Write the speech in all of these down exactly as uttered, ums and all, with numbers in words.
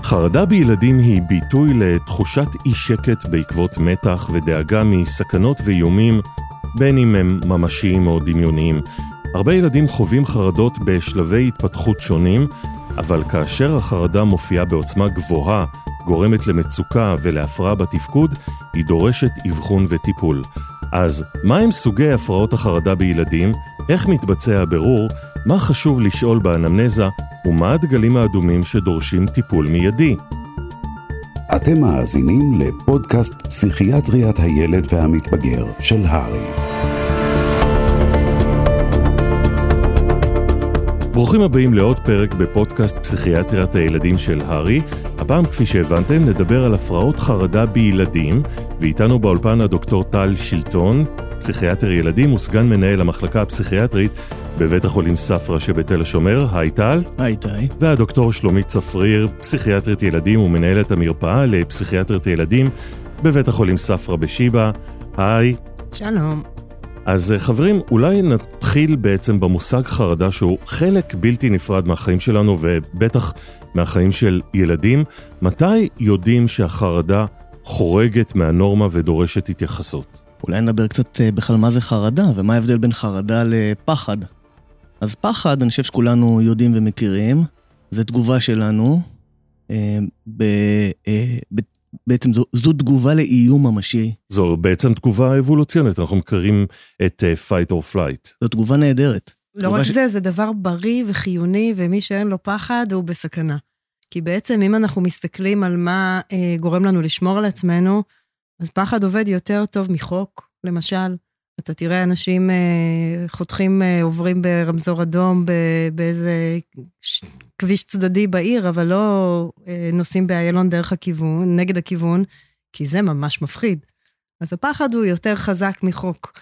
חרדה בילדים היא ביטוי לתחושת אי שקט בעקבות מתח ודאגה מסכנות ואיומים, בין אם הם ממשיים או דמיוניים. הרבה ילדים חווים חרדות בשלבי התפתחות שונים, אבל כאשר החרדה מופיעה בעוצמה גבוהה, גורמת למצוקה ולהפרעה בתפקוד, היא דורשת אבחון וטיפול. אז מה הם סוגי הפרעות החרדה בילדים? איך מתבצע הבירור? מה חשוב לשאול באנמנזה? ומה הדגלים האדומים שדורשים טיפול מיידי? אתם מאזינים לפודקאסט פסיכיאטריית הילד והמתבגר של הרי. ברוכים הבאים לעוד פרק בפודקאסט פסיכיאטריית הילדים של הרי. הפעם, כפי שהבנתם, נדבר על הפרעות חרדה בילדים, ואיתנו באולפן הדוקטור טל שילטון, פסיכיאטר ילדים וסגן מנהל המחלקה הפסיכיאטרית בבית החולים ספרא שבתל השומר. היי טל. היי טי. והדוקטור שלומית צפריר, פסיכיאטרית ילדים ומנהלת המרפאה לפסיכיאטרית ילדים בבית החולים ספרא בשיבא. היי. שלום. אז חברים, אולי נתחיל בעצם במושג חרדה שהוא חלק בלתי נפרד מהחיים שלנו ובטח מהחיים של ילדים. מתי יודעים שהחרדה חורגת מהנורמה ודורשת התייחסות? אולי נדבר קצת בכלל מה זה חרדה ומה ההבדל בין חרדה לפחד. אז פחד, אני חושב שכולנו יודעים ומכירים, זה תגובה שלנו, ב, ב, בעצם זו, זו תגובה לאיום ממשי. זו בעצם תגובה אבולוציונית, אנחנו מכירים את fight or flight. זו תגובה נהדרת. לא רק ש... זה, זה דבר בריא וחיוני, ומי שאין לו פחד הוא בסכנה. כי בעצם אם אנחנו מסתכלים על מה אה, גורם לנו לשמור על עצמנו, אז פחד עובד יותר טוב מחוק, למשל. אתה תראה אנשים אה, חותכים, אה, עוברים ברמזור אדום, באיזה ש... כביש צדדי בעיר, אבל לא אה, נוסעים באיילון דרך הכיוון, נגד הכיוון, כי זה ממש מפחיד. אז הפחד הוא יותר חזק מחוק.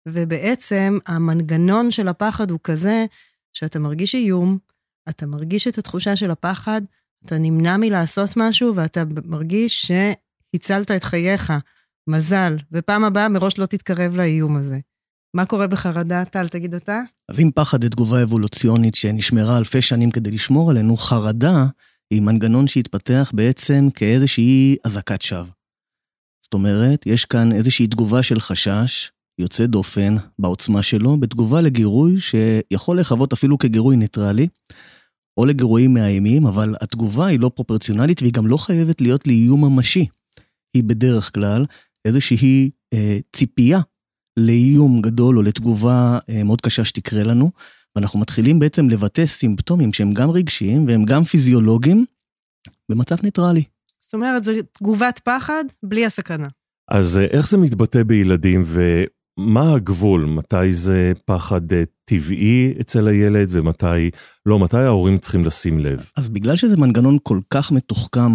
ובעצם המנגנון של הפחד הוא כזה, שאתה מרגיש איום, אתה מרגיש את התחושה של הפחד, אתה נמנע מלעשות משהו, ואתה מרגיש שהצלת את חייך, מזל, ופעם הבאה מראש לא תתקרב לאיום הזה. מה קורה בחרדה? טל, תגיד אתה? אז אם פחד היא תגובה אבולוציונית שנשמרה אלפי שנים כדי לשמור עלינו, חרדה היא מנגנון שהתפתח בעצם כאיזושהי אזעקת שווא. זאת אומרת, יש כאן איזושהי תגובה של חשש, יוצא דופן בעוצמה שלו, בתגובה לגירוי שיכול לחוות אפילו כגירוי ניטרלי, או לגירויים מאיימים, אבל התגובה היא לא פרופורציונלית, והיא גם לא חייבת להיות לאיום ממשי. היא בדרך כלל איזושהי אה, ציפייה לאיום גדול, או לתגובה אה, מאוד קשה שתקרה לנו, ואנחנו מתחילים בעצם לבטא סימפטומים, שהם גם רגשיים, והם גם פיזיולוגיים, במצב ניטרלי. זאת אומרת, זו תגובת פחד, בלי הסכנה. אז איך זה מתבטא בילדים, ומה הגבול? מתי זה פחד טבעי אצל הילד, ומתי לא? מתי ההורים צריכים לשים לב? אז בגלל שזה מנגנון כל כך מתוחכם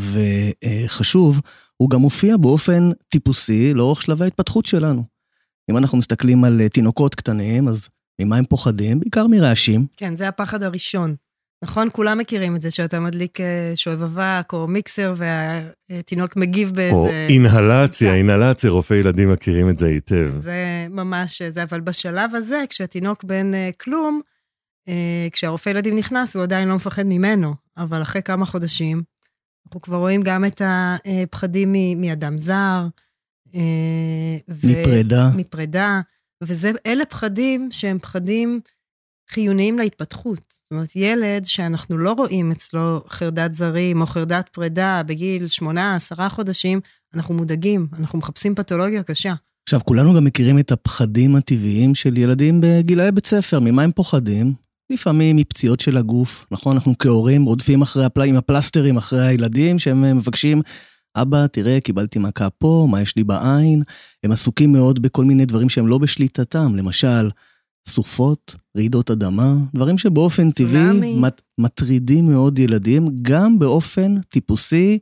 וחשוב, הוא גם מופיע באופן טיפוסי לאורך שלבי ההתפתחות שלנו. אם אנחנו מסתכלים על תינוקות קטנים, אז ממה הם פוחדים? בעיקר מרעשים. כן, זה הפחד הראשון. נכון? כולם מכירים את זה, שאתה מדליק שואב אבק או מיקסר, והתינוק מגיב באיזה... או אינהלציה, אינהלציה, רופאי ילדים מכירים את זה היטב. זה ממש זה, אבל בשלב הזה, כשהתינוק בין כלום, כשהרופא ילדים נכנס, הוא עדיין לא מפחד ממנו, אבל אחרי כמה חודשים, אנחנו כבר רואים גם את הפחדים מאדם זר, מפרידה. מפרידה, וזה, אלה פחדים שהם פחדים חיוניים להתפתחות. זאת אומרת, ילד שאנחנו לא רואים אצלו חרדת זרים או חרדת פרידה בגיל שמונה, עשרה חודשים, אנחנו מודאגים, אנחנו מחפשים פתולוגיה קשה. עכשיו, כולנו גם מכירים את הפחדים הטבעיים של ילדים בגילאי בית ספר. ממה הם פוחדים? לפעמים מפציעות של הגוף, נכון? אנחנו כהורים רודפים אחרי הפל... עם הפלסטרים אחרי הילדים, שהם מבקשים, אבא, תראה, קיבלתי מכה פה, מה יש לי בעין? הם עסוקים מאוד בכל מיני דברים שהם לא בשליטתם, למשל, סופות, רעידות אדמה, דברים שבאופן טבעי מת... מטרידים מאוד ילדים, גם באופן טיפוסי,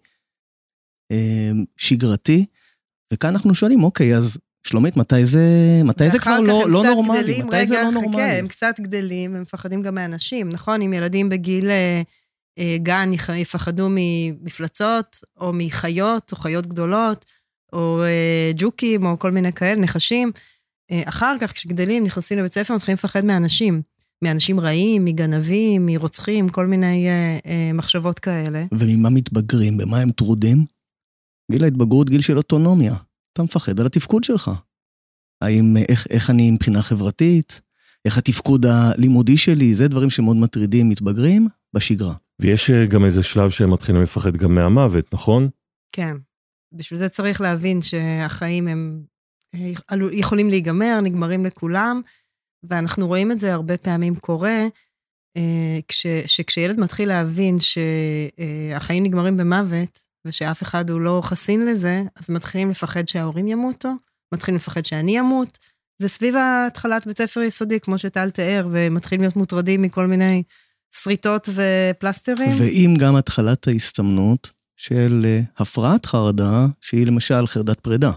שגרתי, וכאן אנחנו שואלים, אוקיי, אז שלומית, מתי זה, מתי זה כבר לא, לא נורמלי? גדלים, מתי רגע, זה לא נורמלי? חכה, הם קצת גדלים, הם מפחדים גם מאנשים, נכון? אם ילדים בגיל אה, גן יפחדו ממפלצות, או מחיות, או חיות גדולות, או אה, ג'וקים, או כל מיני כאלה, נחשים, אה, אחר כך כשגדלים, נכנסים לבית ספר, מתחילים לפחד מאנשים. מאנשים רעים, מגנבים, מרוצחים, כל מיני אה, אה, מחשבות כאלה. וממה מתבגרים? במה הם טרודים? גיל ההתבגרות, גיל של אוטונומיה. אתה מפחד על התפקוד שלך. האם, איך, איך אני מבחינה חברתית? איך התפקוד הלימודי שלי? זה דברים שמאוד מטרידים מתבגרים בשגרה. ויש גם איזה שלב שהם מתחילים לפחד גם מהמוות, נכון? כן. בשביל זה צריך להבין שהחיים הם יכולים להיגמר, נגמרים לכולם, ואנחנו רואים את זה הרבה פעמים קורה, כש, שכשילד מתחיל להבין שהחיים נגמרים במוות, ושאף אחד הוא לא חסין לזה, אז מתחילים לפחד שההורים ימותו, מתחילים לפחד שאני אמות, זה סביב התחלת בית ספר יסודי, כמו שטל תיאר, ומתחילים להיות מוטרדים מכל מיני שריטות ופלסטרים. ואם גם התחלת ההסתמנות של הפרעת חרדה, שהיא למשל חרדת פרידה.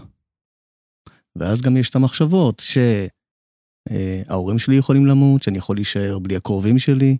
ואז גם יש את המחשבות שההורים שלי יכולים למות, שאני יכול להישאר בלי הקרובים שלי,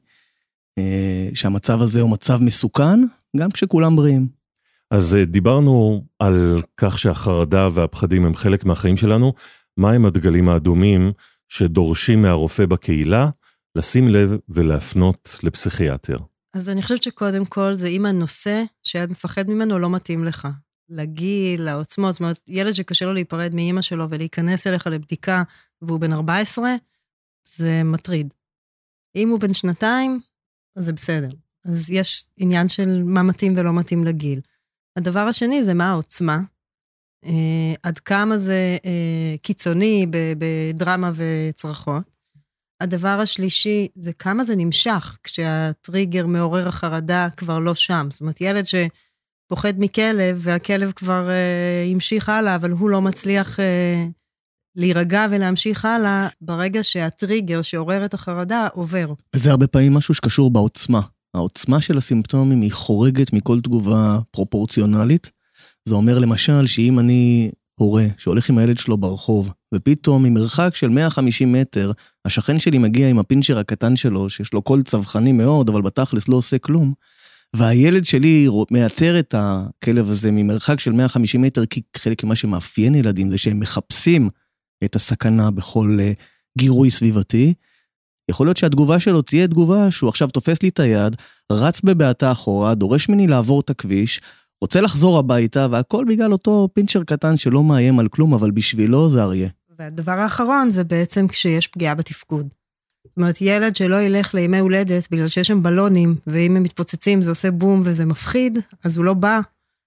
שהמצב הזה הוא מצב מסוכן, גם כשכולם בריאים. אז דיברנו על כך שהחרדה והפחדים הם חלק מהחיים שלנו, מה הם הדגלים האדומים שדורשים מהרופא בקהילה, לשים לב ולהפנות לפסיכיאטר? אז אני חושבת שקודם כל זה אם הנושא שאת מפחד ממנו לא מתאים לך. לגיל, לעוצמות, זאת אומרת, ילד שקשה לו להיפרד מאמא שלו ולהיכנס אליך לבדיקה והוא בן ארבע עשרה, זה מטריד. אם הוא בן שנתיים, אז זה בסדר. אז יש עניין של מה מתאים ולא מתאים לגיל. הדבר השני זה מה העוצמה, אה, עד כמה זה אה, קיצוני בדרמה וצרכות. הדבר השלישי זה כמה זה נמשך, כשהטריגר מעורר החרדה כבר לא שם. זאת אומרת, ילד שפוחד מכלב, והכלב כבר אה, ימשיך הלאה, אבל הוא לא מצליח אה, להירגע ולהמשיך הלאה, ברגע שהטריגר שעורר את החרדה עובר. וזה הרבה פעמים משהו שקשור בעוצמה. העוצמה של הסימפטומים היא חורגת מכל תגובה פרופורציונלית. זה אומר למשל שאם אני הורה שהולך עם הילד שלו ברחוב, ופתאום ממרחק של מאה וחמישים מטר, השכן שלי מגיע עם הפינצ'ר הקטן שלו, שיש לו קול צווחני מאוד, אבל בתכלס לא עושה כלום, והילד שלי מאתר את הכלב הזה ממרחק של מאה וחמישים מטר, כי חלק ממה שמאפיין ילדים זה שהם מחפשים את הסכנה בכל גירוי סביבתי, יכול להיות שהתגובה שלו תהיה תגובה שהוא עכשיו תופס לי את היד, רץ בבעתה אחורה, דורש מני לעבור את הכביש, רוצה לחזור הביתה, והכל בגלל אותו פינצ'ר קטן שלא מאיים על כלום, אבל בשבילו זה אריה. והדבר האחרון זה בעצם כשיש פגיעה בתפקוד. זאת אומרת, ילד שלא ילך לימי הולדת, בגלל שיש שם בלונים, ואם הם מתפוצצים זה עושה בום וזה מפחיד, אז הוא לא בא.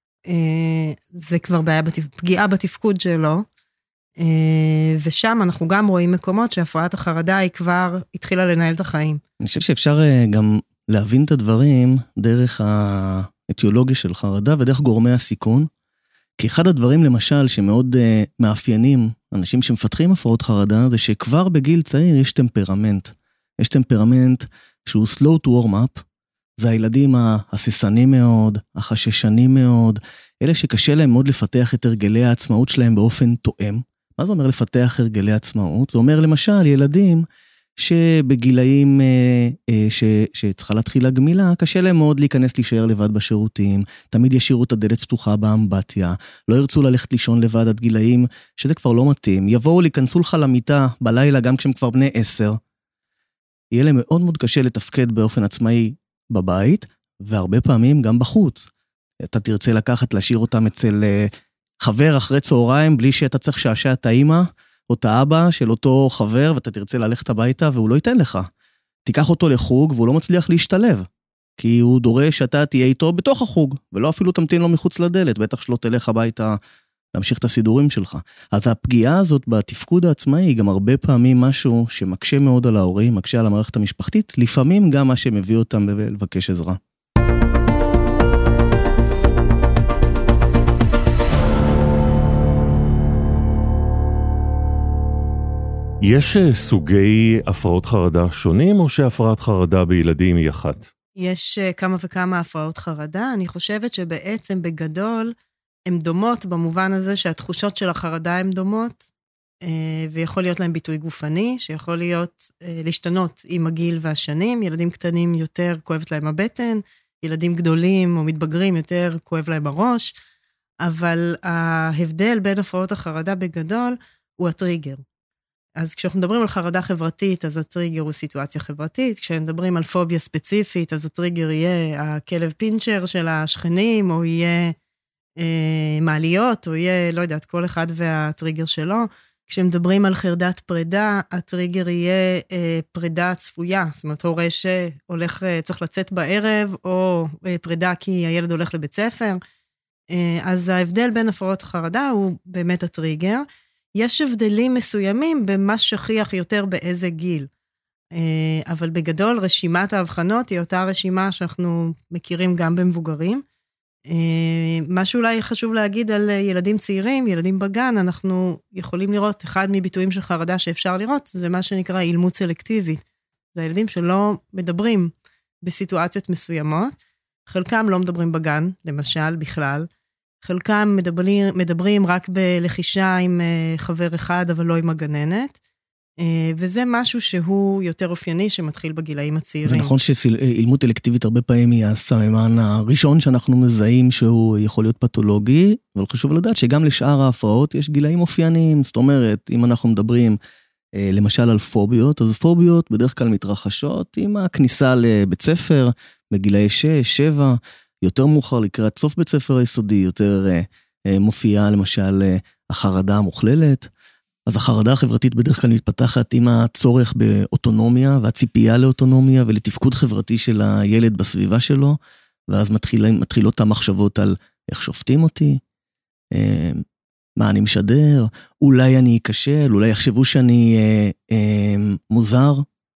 זה כבר פגיעה בתפקוד שלו. ושם אנחנו גם רואים מקומות שהפרעת החרדה היא כבר התחילה לנהל את החיים. אני חושב שאפשר גם להבין את הדברים דרך האתיולוגיה של חרדה ודרך גורמי הסיכון, כי אחד הדברים למשל שמאוד מאפיינים אנשים שמפתחים הפרעות חרדה, זה שכבר בגיל צעיר יש טמפרמנט. יש טמפרמנט שהוא slow to warm up, זה הילדים ההססנים מאוד, החששנים מאוד, אלה שקשה להם מאוד לפתח את הרגלי העצמאות שלהם באופן תואם. מה זה אומר לפתח הרגלי עצמאות? זה אומר למשל ילדים שבגילאים ש, שצריכה להתחיל הגמילה, קשה להם מאוד להיכנס להישאר לבד בשירותים, תמיד ישירו את הדלת פתוחה באמבטיה, לא ירצו ללכת לישון לבד עד גילאים, שזה כבר לא מתאים, יבואו להיכנסו לך למיטה בלילה גם כשהם כבר בני עשר, יהיה להם מאוד מאוד קשה לתפקד באופן עצמאי בבית, והרבה פעמים גם בחוץ. אתה תרצה לקחת, להשאיר אותם אצל חבר אחרי צהריים, בלי שאתה צריך שעשע את האמא, או את האבא של אותו חבר, ואתה תרצה ללכת הביתה, והוא לא ייתן לך. תיקח אותו לחוג, והוא לא מצליח להשתלב, כי הוא דורש שאתה תהיה איתו בתוך החוג, ולא אפילו תמתין לו מחוץ לדלת, בטח שלא תלך הביתה להמשיך את הסידורים שלך. אז הפגיעה הזאת בתפקוד העצמאי, היא גם הרבה פעמים משהו שמקשה מאוד על ההורים, מקשה על המערכת המשפחתית, לפעמים גם מה שמביא אותם לבקש עזרה. יש סוגי הפרעות חרדה שונים, או שהפרעת חרדה בילדים היא אחת? יש כמה וכמה הפרעות חרדה. אני חושבת שבעצם בגדול הן דומות במובן הזה שהתחושות של החרדה הן דומות, ויכול להיות להם ביטוי גופני, שיכול להיות להשתנות עם הגיל והשנים. ילדים קטנים יותר כואבת להם הבטן, ילדים גדולים או מתבגרים יותר כואב להם הראש, אבל ההבדל בין הפרעות החרדה בגדול הוא הטריגר. אז כשאנחנו מדברים על חרדה חברתית, אז הטריגר הוא סיטואציה חברתית, כשמדברים על פוביה ספציפית, אז הטריגר יהיה הכלב פינצ'ר של השכנים, או יהיה אה, מעליות, או יהיה, לא יודעת, כל אחד והטריגר שלו. כשמדברים על חרדת פרידה, הטריגר יהיה אה, פרידה צפויה, זאת אומרת, הורה שהולך, אה, צריך לצאת בערב, או אה, פרידה כי הילד הולך לבית ספר. אה, אז ההבדל בין הפרעות חרדה הוא באמת הטריגר. יש הבדלים מסוימים במה שכיח יותר באיזה גיל. אה, אבל בגדול, רשימת ההבחנות היא אותה רשימה שאנחנו מכירים גם במבוגרים. מה שאולי חשוב להגיד על ילדים צעירים, ילדים בגן, אנחנו יכולים לראות, אחד מביטויים של חרדה שאפשר לראות, זה מה שנקרא אילמות סלקטיבית. זה הילדים שלא מדברים בסיטואציות מסוימות, חלקם לא מדברים בגן, למשל, בכלל, חלקם מדברים, מדברים רק בלחישה עם חבר אחד, אבל לא עם הגננת, וזה משהו שהוא יותר אופייני שמתחיל בגילאים הצעירים. זה נכון שאילמות אלקטיבית הרבה פעמים היא הסממן הראשון שאנחנו מזהים שהוא יכול להיות פתולוגי, אבל חשוב לדעת שגם לשאר ההפרעות יש גילאים אופייניים, זאת אומרת, אם אנחנו מדברים למשל על פוביות, אז פוביות בדרך כלל מתרחשות עם הכניסה לבית ספר, בגילאי שש, שבע, יותר מאוחר לקראת סוף בית ספר היסודי, יותר מופיעה למשל החרדה המוכללת, אז החרדה החברתית בדרך כלל מתפתחת עם הצורך באוטונומיה, והציפייה לאוטונומיה ולתפקוד חברתי של הילד בסביבה שלו, ואז מתחילים, מתחילות המחשבות על איך שופטים אותי, מה אני משדר, אולי אני אקשל, אולי יחשבו שאני אה, אה, מוזר,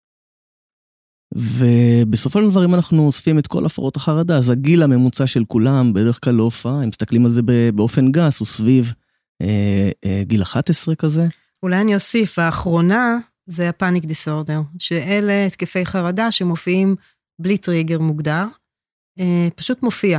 ובסופו של דבר אם אנחנו אוספים את כל הפרעות החרדה, אז הגיל הממוצע של כולם בדרך כלל לא הופעה, אם מסתכלים על זה באופן גס, הוא סביב אה, אה, גיל אחת עשרה כזה. אולי אני אוסיף, האחרונה זה הפאניק דיסורדר, שאלה התקפי חרדה שמופיעים בלי טריגר מוגדר, אה, פשוט מופיע.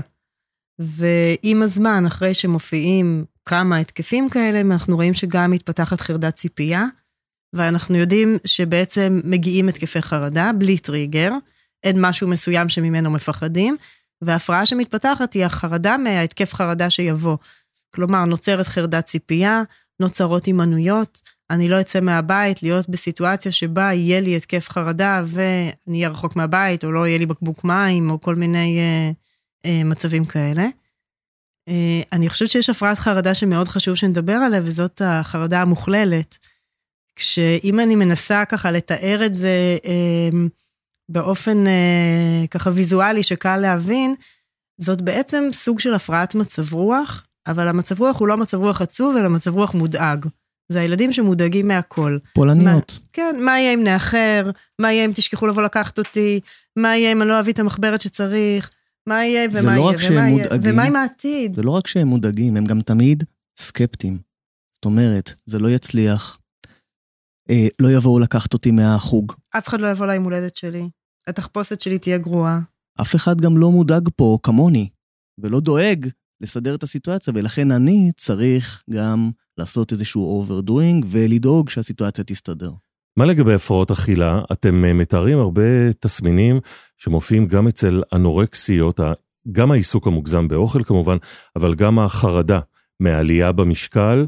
ועם הזמן, אחרי שמופיעים כמה התקפים כאלה, אנחנו רואים שגם מתפתחת חרדת ציפייה, ואנחנו יודעים שבעצם מגיעים התקפי חרדה בלי טריגר, אין משהו מסוים שממנו מפחדים, וההפרעה שמתפתחת היא החרדה מההתקף חרדה שיבוא. כלומר, נוצרת חרדת ציפייה, נוצרות אימנויות, אני לא אצא מהבית, להיות בסיטואציה שבה יהיה לי התקף חרדה, ואני אהיה רחוק מהבית, או לא יהיה לי בקבוק מים, או כל מיני אה, אה, מצבים כאלה. אה, אני חושבת שיש הפרעת חרדה שמאוד חשוב שנדבר עליה, וזאת החרדה המוכללת. כשאם אני מנסה ככה לתאר את זה אה, באופן אה, ככה ויזואלי שקל להבין, זאת בעצם סוג של הפרעת מצב רוח, אבל המצב רוח הוא לא מצב רוח עצוב, אלא מצב רוח מודאג. זה הילדים שמודאגים מהכל. פולניות. מה, כן, מה יהיה אם נאחר? מה יהיה אם תשכחו לבוא לקחת אותי? מה יהיה אם אני לא אביא את המחברת שצריך? מה יהיה ומה לא יהיה ומה יהיה? ומה עם העתיד? זה לא רק שהם מודאגים, הם גם תמיד סקפטיים. זאת אומרת, זה לא יצליח. אה, לא יבואו לקחת אותי מהחוג. אף אחד לא יבוא ליום הולדת שלי. התחפושת שלי תהיה גרועה. אף אחד גם לא מודאג פה כמוני, ולא דואג לסדר את הסיטואציה, ולכן אני צריך גם לעשות איזשהו אוברדוינג, ולדאוג שהסיטואציה תסתדר. מה לגבי הפרעות אכילה? אתם מתארים הרבה תסמינים שמופיעים גם אצל אנורקסיות, גם העיסוק המוגזם באוכל כמובן, אבל גם החרדה מהעלייה במשקל.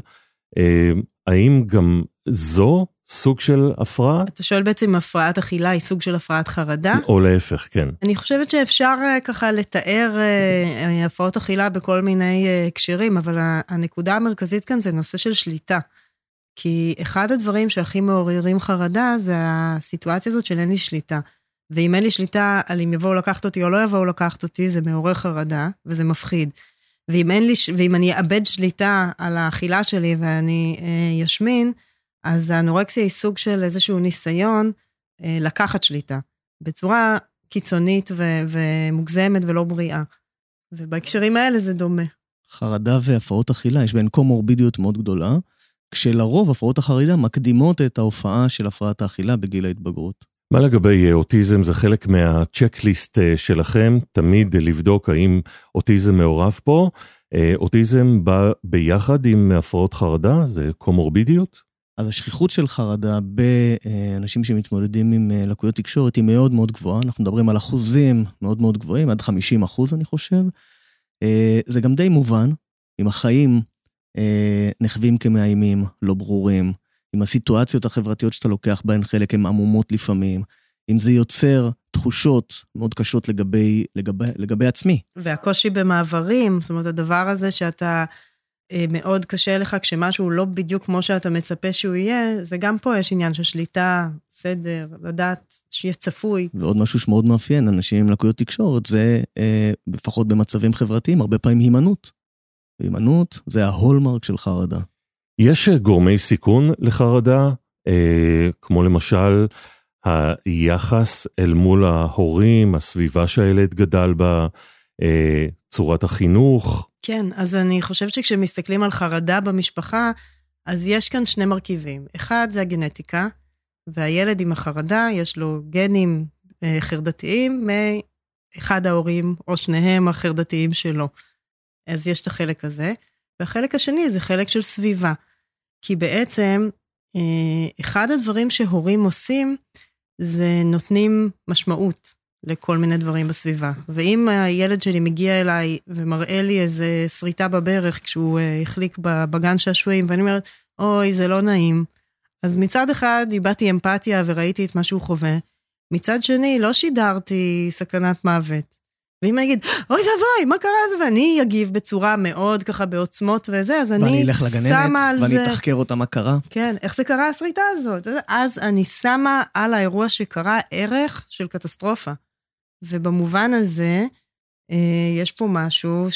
האם גם זו סוג של הפרעה? אתה שואל בעצם אם הפרעת אכילה היא סוג של הפרעת חרדה? או להפך, כן. אני חושבת שאפשר ככה לתאר הפרעות אכילה בכל מיני הקשרים, אבל הנקודה המרכזית כאן זה נושא של שליטה. כי אחד הדברים שהכי מעוררים חרדה זה הסיטואציה הזאת של אין לי שליטה. ואם אין לי שליטה על אם יבואו לקחת אותי או לא יבואו לקחת אותי, זה מעורר חרדה וזה מפחיד. ואם אין לי, ואם אני אאבד שליטה על האכילה שלי ואני אה, ישמין, אז האנורקסיה היא סוג של איזשהו ניסיון אה, לקחת שליטה, בצורה קיצונית ו- ומוגזמת ולא בריאה. ובהקשרים האלה זה דומה. חרדה והפרעות אכילה, יש בהן קומורבידיות מאוד גדולה, כשלרוב הפרעות החרדה מקדימות את ההופעה של הפרעת האכילה בגיל ההתבגרות. מה לגבי אוטיזם? זה חלק מהצ'קליסט שלכם, תמיד לבדוק האם אוטיזם מעורב פה. אוטיזם בא ביחד עם הפרעות חרדה, זה קומורבידיות? אז השכיחות של חרדה באנשים שמתמודדים עם לקויות תקשורת היא מאוד מאוד גבוהה, אנחנו מדברים על אחוזים מאוד מאוד גבוהים, עד חמישים אחוז אני חושב. זה גם די מובן, אם החיים נחווים כמאיימים, לא ברורים, אם הסיטואציות החברתיות שאתה לוקח בהן חלק הן עמומות לפעמים, אם זה יוצר תחושות מאוד קשות לגבי, לגבי, לגבי עצמי. והקושי במעברים, זאת אומרת, הדבר הזה שאתה מאוד קשה לך כשמשהו לא בדיוק כמו שאתה מצפה שהוא יהיה, זה גם פה יש עניין של שליטה, סדר, לדעת שיהיה צפוי. ועוד משהו שמאוד מאפיין, אנשים עם לקויות תקשורת, זה אה, לפחות במצבים חברתיים, הרבה פעמים הימנעות. והימנעות זה ההולמרק של חרדה. יש גורמי סיכון לחרדה, אה, כמו למשל היחס אל מול ההורים, הסביבה שהילד גדל בה, אה, צורת החינוך. כן, אז אני חושבת שכשמסתכלים על חרדה במשפחה, אז יש כאן שני מרכיבים. אחד זה הגנטיקה, והילד עם החרדה יש לו גנים אה, חרדתיים מאחד ההורים או שניהם החרדתיים שלו. אז יש את החלק הזה. והחלק השני זה חלק של סביבה. כי בעצם אה, אחד הדברים שהורים עושים, זה נותנים משמעות לכל מיני דברים בסביבה. ואם הילד שלי מגיע אליי ומראה לי איזה שריטה בברך כשהוא החליק בגן שעשועים, ואני אומרת, אוי, זה לא נעים. אז מצד אחד איבדתי אמפתיה וראיתי את מה שהוא חווה. מצד שני, לא שידרתי סכנת מוות. ואם אני אגיד, אוי ואבוי, מה קרה זה? ואני אגיב בצורה מאוד ככה בעוצמות וזה, אז אני אלך לגננת, ואני תחקר אותה מה קרה. כן, איך זה קרה השריטה הזאת? אז אני שמה על האירוע שקרה ערך של קטסטרופה. ובמובן הזה, יש פה משהו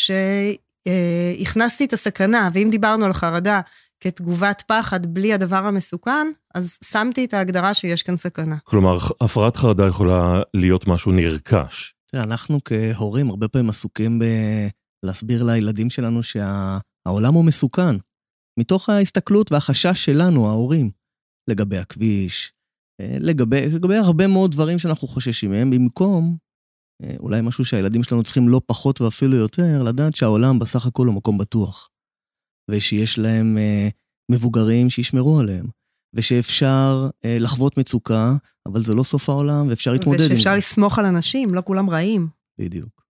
שהכנסתי את הסכנה, ואם דיברנו על חרדה כתגובת פחד בלי הדבר המסוכן, אז שמתי את ההגדרה שיש כאן סכנה. כלומר, הפרעת חרדה יכולה להיות משהו נרכש. תראה, אנחנו כהורים הרבה פעמים עסוקים בלהסביר לילדים שלנו שהעולם הוא מסוכן, מתוך ההסתכלות והחשש שלנו, ההורים, לגבי הכביש, לגבי, לגבי הרבה מאוד דברים שאנחנו חוששים מהם, במקום, אולי משהו שהילדים שלנו צריכים לא פחות ואפילו יותר, לדעת שהעולם בסך הכל הוא מקום בטוח, ושיש להם מבוגרים שישמרו עליהם, ושאפשר לחוות מצוקה, אבל זה לא סוף העולם, ואפשר להתמודד עם זה. ושאפשר לסמוך על אנשים, לא כולם רעים. בדיוק.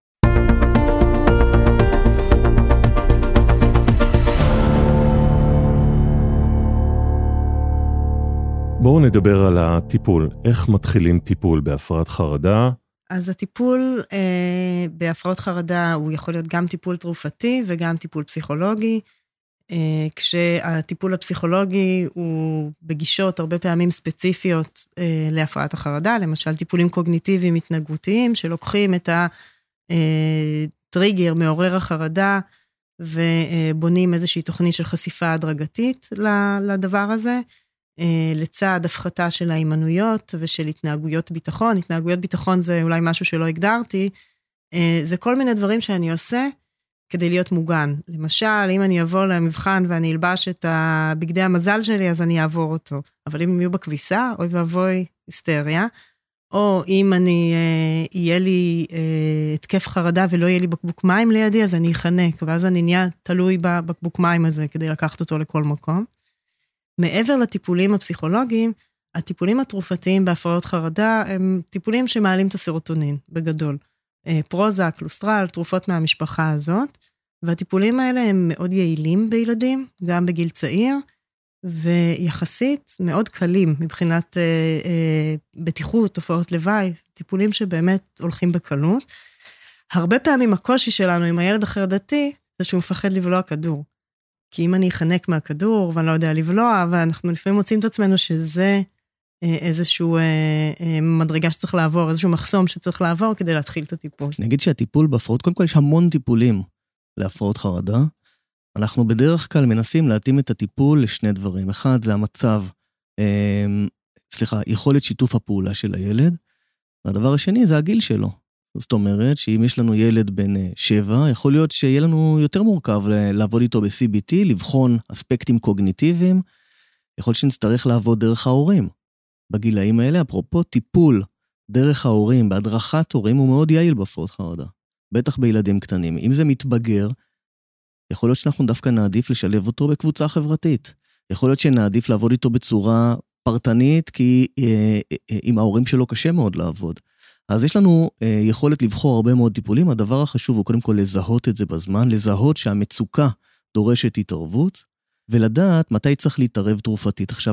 בואו נדבר על הטיפול. איך מתחילים טיפול בהפרעת חרדה? אז הטיפול אה, בהפרעות חרדה הוא יכול להיות גם טיפול תרופתי וגם טיפול פסיכולוגי, אה, כשהטיפול הפסיכולוגי הוא בגישות הרבה פעמים ספציפיות אה, להפרעת החרדה, למשל טיפולים קוגניטיביים התנהגותיים, שלוקחים את הטריגר מעורר החרדה, ובונים איזושהי תוכנית של חשיפה הדרגתית לדבר הזה, לצד הפחתה של האימנויות ושל התנהגויות ביטחון. התנהגויות ביטחון זה אולי משהו שלא הגדרתי, זה כל מיני דברים שאני עושה כדי להיות מוגן. למשל, אם אני אבוא למבחן ואני אלבש את בגדי המזל שלי, אז אני אעבור אותו. אבל אם יהיו בכביסה, אוי ואבוי, היסטריה, או אם אני, יהיה לי התקף חרדה ולא יהיה לי בקבוק מים לידי, אז אני אחנק, ואז אני נהיה תלוי בבקבוק מים הזה כדי לקחת אותו לכל מקום. מעבר לטיפולים הפסיכולוגיים, הטיפולים התרופתיים בהפרעות חרדה, הם טיפולים שמעלים את הסרוטונין, בגדול. פרוזק, לוסטרל, תרופות מהמשפחה הזאת, והטיפולים האלה הם מאוד יעילים בילדים, גם בגיל צעיר, ויחסית מאוד קלים מבחינת אה, אה, בטיחות, תופעות לוואי, טיפולים שבאמת הולכים בקלות. הרבה פעמים הקושי שלנו עם הילד החרדתי, זה שהוא מפחד לבלוע כדור. כי אם אני אחנק מהכדור, ואני לא יודע לבלוע, ואנחנו לפעמים מוצאים את עצמנו שזה איזשהו מדרגה שצריך לעבור, איזשהו מחסום שצריך לעבור כדי להתחיל את הטיפול. אני אגיד שהטיפול בהפרעות, קודם כל יש המון טיפולים להפרעות חרדה. אנחנו בדרך כלל מנסים להתאים את הטיפול לשני דברים. אחד, זה המצב, סליחה, יכולת שיתוף הפעולה של הילד, והדבר השני זה הגיל שלו. זאת אומרת שאם יש לנו ילד בן שבע, יכול להיות שיהיה לנו יותר מורכב לעבוד איתו ב-סי בי טי, לבחון אספקטים קוגניטיביים, יכול שנצטרך לעבוד דרך ההורים. בגילאים האלה, אפרופו טיפול דרך ההורים, בהדרכת הורים, הוא מאוד יעיל בהפרעות חרדה. בטח בילדים קטנים. אם זה מתבגר, יכול להיות שאנחנו דווקא נעדיף לשלב אותו בקבוצה חברתית. יכול להיות שנעדיף לעבוד איתו בצורה פרטנית, כי אה, אה, עם ההורים שלו קשה מאוד לעבוד. אז יש לנו אה, יכולת לבחור הרבה מאוד טיפולים. הדבר החשוב הוא קודם כל לזהות את זה בזמן, לזהות שהמצוקה דורשת התערבות, ולדעת מתי צריך להתערב תרופתית. עכשיו,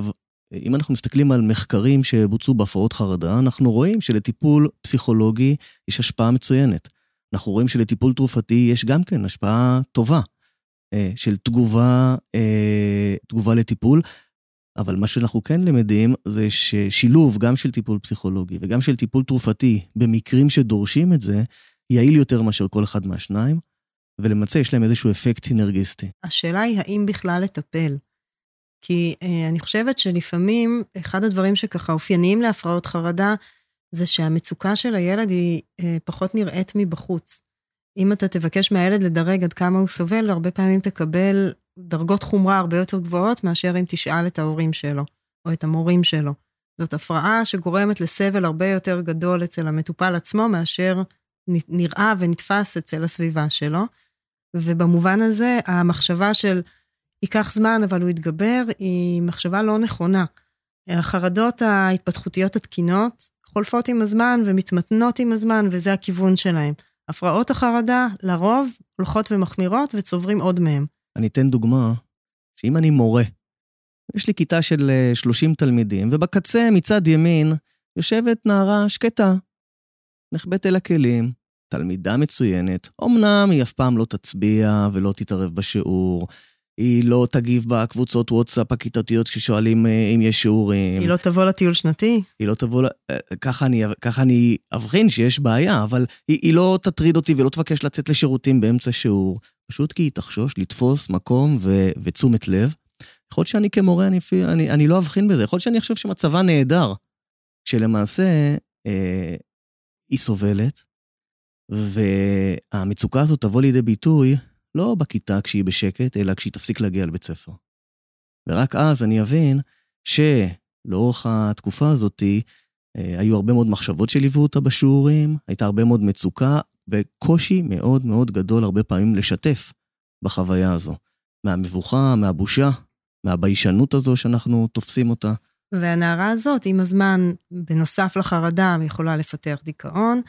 אם אנחנו מסתכלים על מחקרים שבוצעו בהפרעות חרדה, אנחנו רואים שלטיפול פסיכולוגי יש השפעה מצוינת. אנחנו רואים שלטיפול תרופתי יש גם כן השפעה טובה, של תגובה, תגובה לטיפול, אבל מה שאנחנו כן למדים זה ששילוב גם של טיפול פסיכולוגי וגם של טיפול תרופתי, במקרים שדורשים את זה, יעיל יותר מאשר כל אחד מהשניים, ולמצא יש להם איזשהו אפקט סינרגיסטי. השאלה היא האם בכלל לטפל. כי אה, אני חושבת שלפעמים, אחד הדברים שככה אופייניים להפרעות חרדה, זה שהמצוקה של הילד היא אה, פחות נראית מבחוץ. אם אתה תבקש מהילד לדרג עד כמה הוא סובל, הרבה פעמים תקבל דרגות חומרה הרבה יותר גבוהות, מאשר אם תשאל את ההורים שלו, או את המורים שלו. זאת הפרעה שגורמת לסבל הרבה יותר גדול אצל המטופל עצמו, מאשר נראה ונתפס אצל הסביבה שלו. ובמובן הזה, המחשבה של ייקח זמן, אבל הוא יתגבר, היא מחשבה לא נכונה. החרדות ההתפתחותיות התקינות חולפות עם הזמן ומתמתנות עם הזמן, וזה הכיוון שלהם. הפרעות החרדה, לרוב, הולכות ומחמירות וצוברים עוד מהם. אני אתן דוגמה, שאם אני מורה, יש לי כיתה של שלושים תלמידים, ובקצה מצד ימין יושבת נערה שקטה, נחבאת אל הכלים, תלמידה מצוינת, אמנם היא אף פעם לא תצביע ולא תתערב בשיעור, היא לא תגיב בקבוצות וואטסאפ הכיתתיות כששואלים אם יש שיעורים. היא לא תבוא לטיול שנתי? היא לא תבוא, ככה אני, ככה אני אבחין שיש בעיה, אבל היא, היא לא תטריד אותי ולא תבקש לצאת לשירותים באמצע שיעור, פשוט כי היא תחשוש לתפוס מקום ו, ותשומת לב. יכול להיות שאני כמורה, אני, אני, אני לא אבחין בזה, יכול להיות שאני חושב שמצבה נהדר, שלמעשה אה, היא סובלת, והמצוקה הזאת תבוא לידי ביטוי, לא בכיתה כשהיא בשקט, אלא כשהיא תפסיק להגיע לבית ספר. ורק אז אני אבין שלאורך התקופה הזאת, היו הרבה מאוד מחשבות שליוו אותה בשיעורים, הייתה הרבה מאוד מצוקה, וקושי מאוד מאוד גדול הרבה פעמים לשתף בחוויה הזו. מהמבוכה, מהבושה, מהביישנות הזו שאנחנו תופסים אותה. והנערה הזאת, עם הזמן, בנוסף לחרדה, יכולה לפתח דיכאון,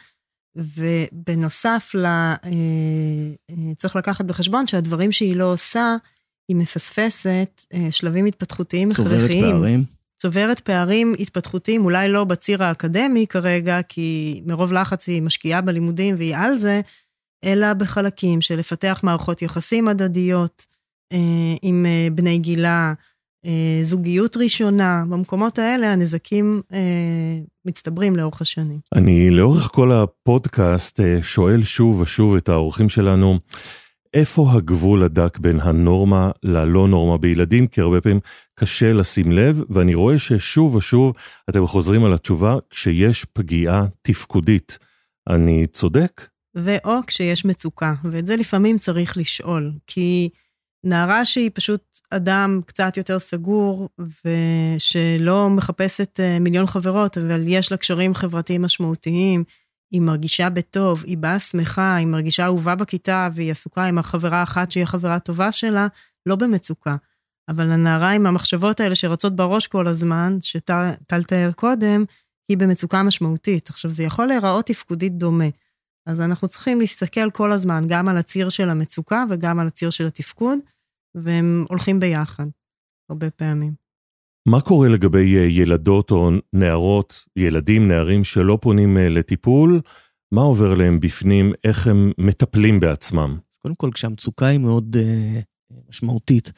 ובנוסף לה, צריך לקחת בחשבון שהדברים שהיא לא עושה, היא מפספסת שלבים התפתחותיים הכרחיים. צוברת פערים. צוברת פערים התפתחותיים, אולי לא בציר האקדמי כרגע, כי מרוב לחץ היא משקיעה בלימודים והיא על זה, אלא בחלקים של לפתח מערכות יחסים הדדיות, עם בני גילה, זוגיות ראשונה, במקומות האלה הנזקים מצטברים לאורך השנים. אני לאורך כל הפודקאסט שואל שוב ושוב את האורחים שלנו, איפה הגבול הדק בין הנורמה ללא נורמה בילדים, כי הרבה פעמים קשה לשים לב, ואני רואה ששוב ושוב אתם חוזרים על התשובה, כשיש פגיעה תפקודית. אני צודק? ואו כשיש מצוקה, ואת זה לפעמים צריך לשאול, כי נערה שהיא פשוט אדם קצת יותר סגור, ושלא מחפשת מיליון חברות, אבל יש לה קשרים חברתיים משמעותיים, היא מרגישה בטוב, היא באה שמחה, היא מרגישה אהובה בכיתה, והיא עסוקה עם החברה האחת שהיא החברה הטובה שלה, לא במצוקה. אבל הנערה עם המחשבות האלה שרצות בראש כל הזמן, שטל תאר קודם, היא במצוקה משמעותית. עכשיו, זה יכול להיראות תפקודית דומה. אז אנחנו צריכים להסתכל כל הזמן, גם על הציר של המצוקה, וגם על הציר של התפקוד, והם הולכים ביחד, הרבה פעמים. מה קורה לגבי ילדות או נערות, ילדים, נערים שלא פונים לטיפול? מה עובר להם בפנים? איך הם מטפלים בעצמם? קודם כל, כשהמצוקה היא מאוד uh, משמעותית,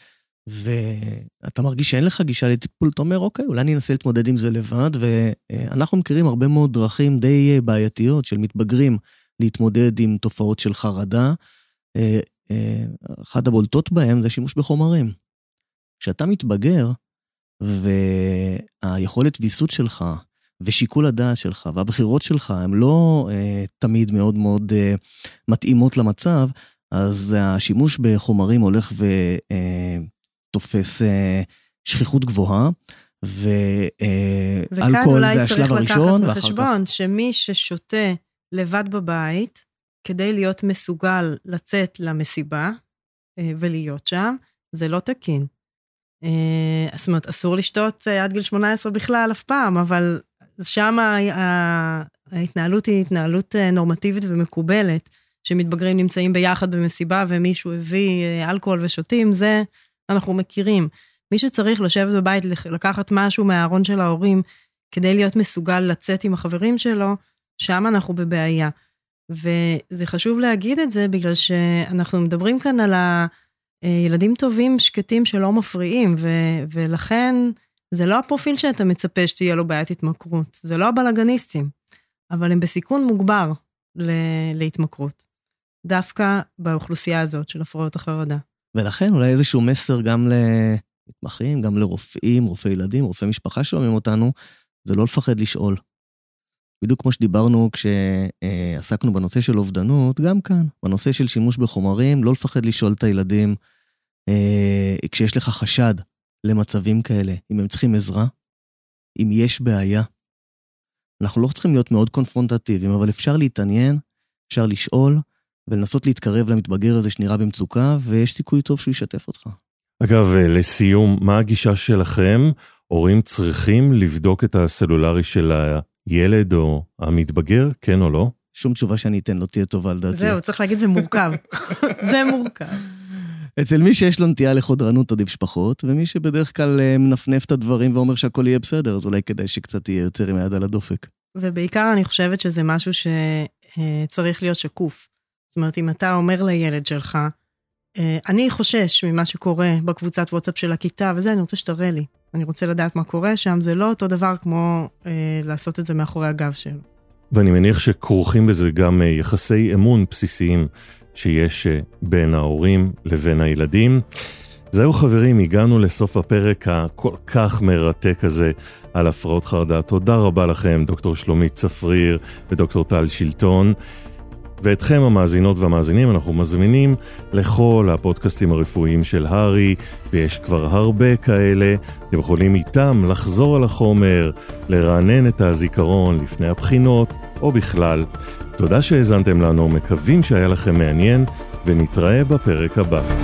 ואתה מרגיש שאין לך גישה לטיפול, אתה אומר, אוקיי, אולי אני אנסה להתמודד עם זה לבד, ואנחנו מכירים הרבה מאוד דרכים די בעייתיות של מתבגרים, להתמודד עם תופעות של חרדה. אחת הבולטות בהם זה שימוש בחומרים. כשאתה מתבגר, והיכולת ויסות שלך, ושיקול הדעת שלך, והבחירות שלך, הם לא אה, תמיד מאוד מאוד אה, מתאימות למצב, אז השימוש בחומרים הולך ותופס אה, שכיחות גבוהה, ואלכוהול זה השלב הראשון. וכאן אולי צריך לקחת בחשבון שמי ששותה לבד בבית, כדי להיות מסוגל לצאת למסיבה, אה, ולהיות שם, זה לא תקין. זאת אומרת, אסור לשתות עד גיל שמונה עשרה בכלל אף פעם, אבל שם ההתנהלות היא התנהלות נורמטיבית ומקובלת, שמתבגרים נמצאים ביחד במסיבה, ומישהו הביא אלכוהול ושותים, זה אנחנו מכירים. מי שצריך לשבת בבית, לקחת משהו מהארון של ההורים, כדי להיות מסוגל לצאת עם החברים שלו, שם אנחנו בבעיה. וזה חשוב להגיד את זה, בגלל שאנחנו מדברים כאן על הילדים טובים, שקטים שלא מפריעים, ו- ולכן זה לא הפרופיל שאתה מצפה שתהיה לו בעיית התמכרות, זה לא הבלגניסטים, אבל הם בסיכון מוגבר ל- להתמכרות, דווקא באוכלוסייה הזאת של הפרעות החרדה. ולכן אולי איזשהו מסר גם למתמחים, גם לרופאים, רופאי ילדים, רופאי משפחה שומעים אותנו, זה לא לפחד לשאול. בדיוק כמו שדיברנו כשעסקנו בנושא של אובדנות, גם כאן, בנושא של שימוש בחומרים, לא לפחד לשאול את הילדים, כשיש לך חשד למצבים כאלה, אם הם צריכים עזרה, אם יש בעיה. אנחנו לא צריכים להיות מאוד קונפרונטטיביים, אבל אפשר להתעניין, אפשר לשאול, ולנסות להתקרב למתבגר הזה שנראה במצוקה, ויש סיכוי טוב שהוא ישתף אותך. אגב, לסיום, מה הגישה שלכם? הורים צריכים לבדוק את הסלולרי של הילד או המתבגר, כן או לא? שום תשובה שאני אתן לא תהיה טובה לדעתי. זהו, צריך להגיד זה מורכב. זה מורכב. אצל מי שיש לו נטייה לחודרנות עדיף שפחות, ומי שבדרך כלל מנפנף את הדברים ואומר שהכל יהיה בסדר, אז אולי כדאי שקצת יהיה יותר עם היד על הדופק. ובעיקר אני חושבת שזה משהו שצריך להיות שקוף. זאת אומרת, אם אתה אומר לילד שלך, אני חושש ממה שקורה בקבוצת וואטסאפ של הכיתה, וזה אני רוצה שתראה לי. אני רוצה לדעת מה קורה שם, זה לא אותו דבר כמו אה, לעשות את זה מאחורי הגב שלו. ואני מניח שכרוכים בזה גם יחסי אמון בסיסיים שיש בין ההורים לבין הילדים. זהו חברים, הגענו לסוף הפרק הכל כך מרתק הזה על הפרעות חרדה. תודה רבה לכם, דוקטור שלומית צפריר ודוקטור טל שילטון. ואתכם המאזינות והמאזינים אנחנו מזמינים לכל הפודקאסטים הרפואיים של הרי, ויש כבר הרבה כאלה, אתם יכולים איתם לחזור על החומר, לרענן את הזיכרון לפני הבחינות או בכלל. תודה שהאזנתם לנו, מקווים שהיה לכם מעניין, ונתראה בפרק הבא.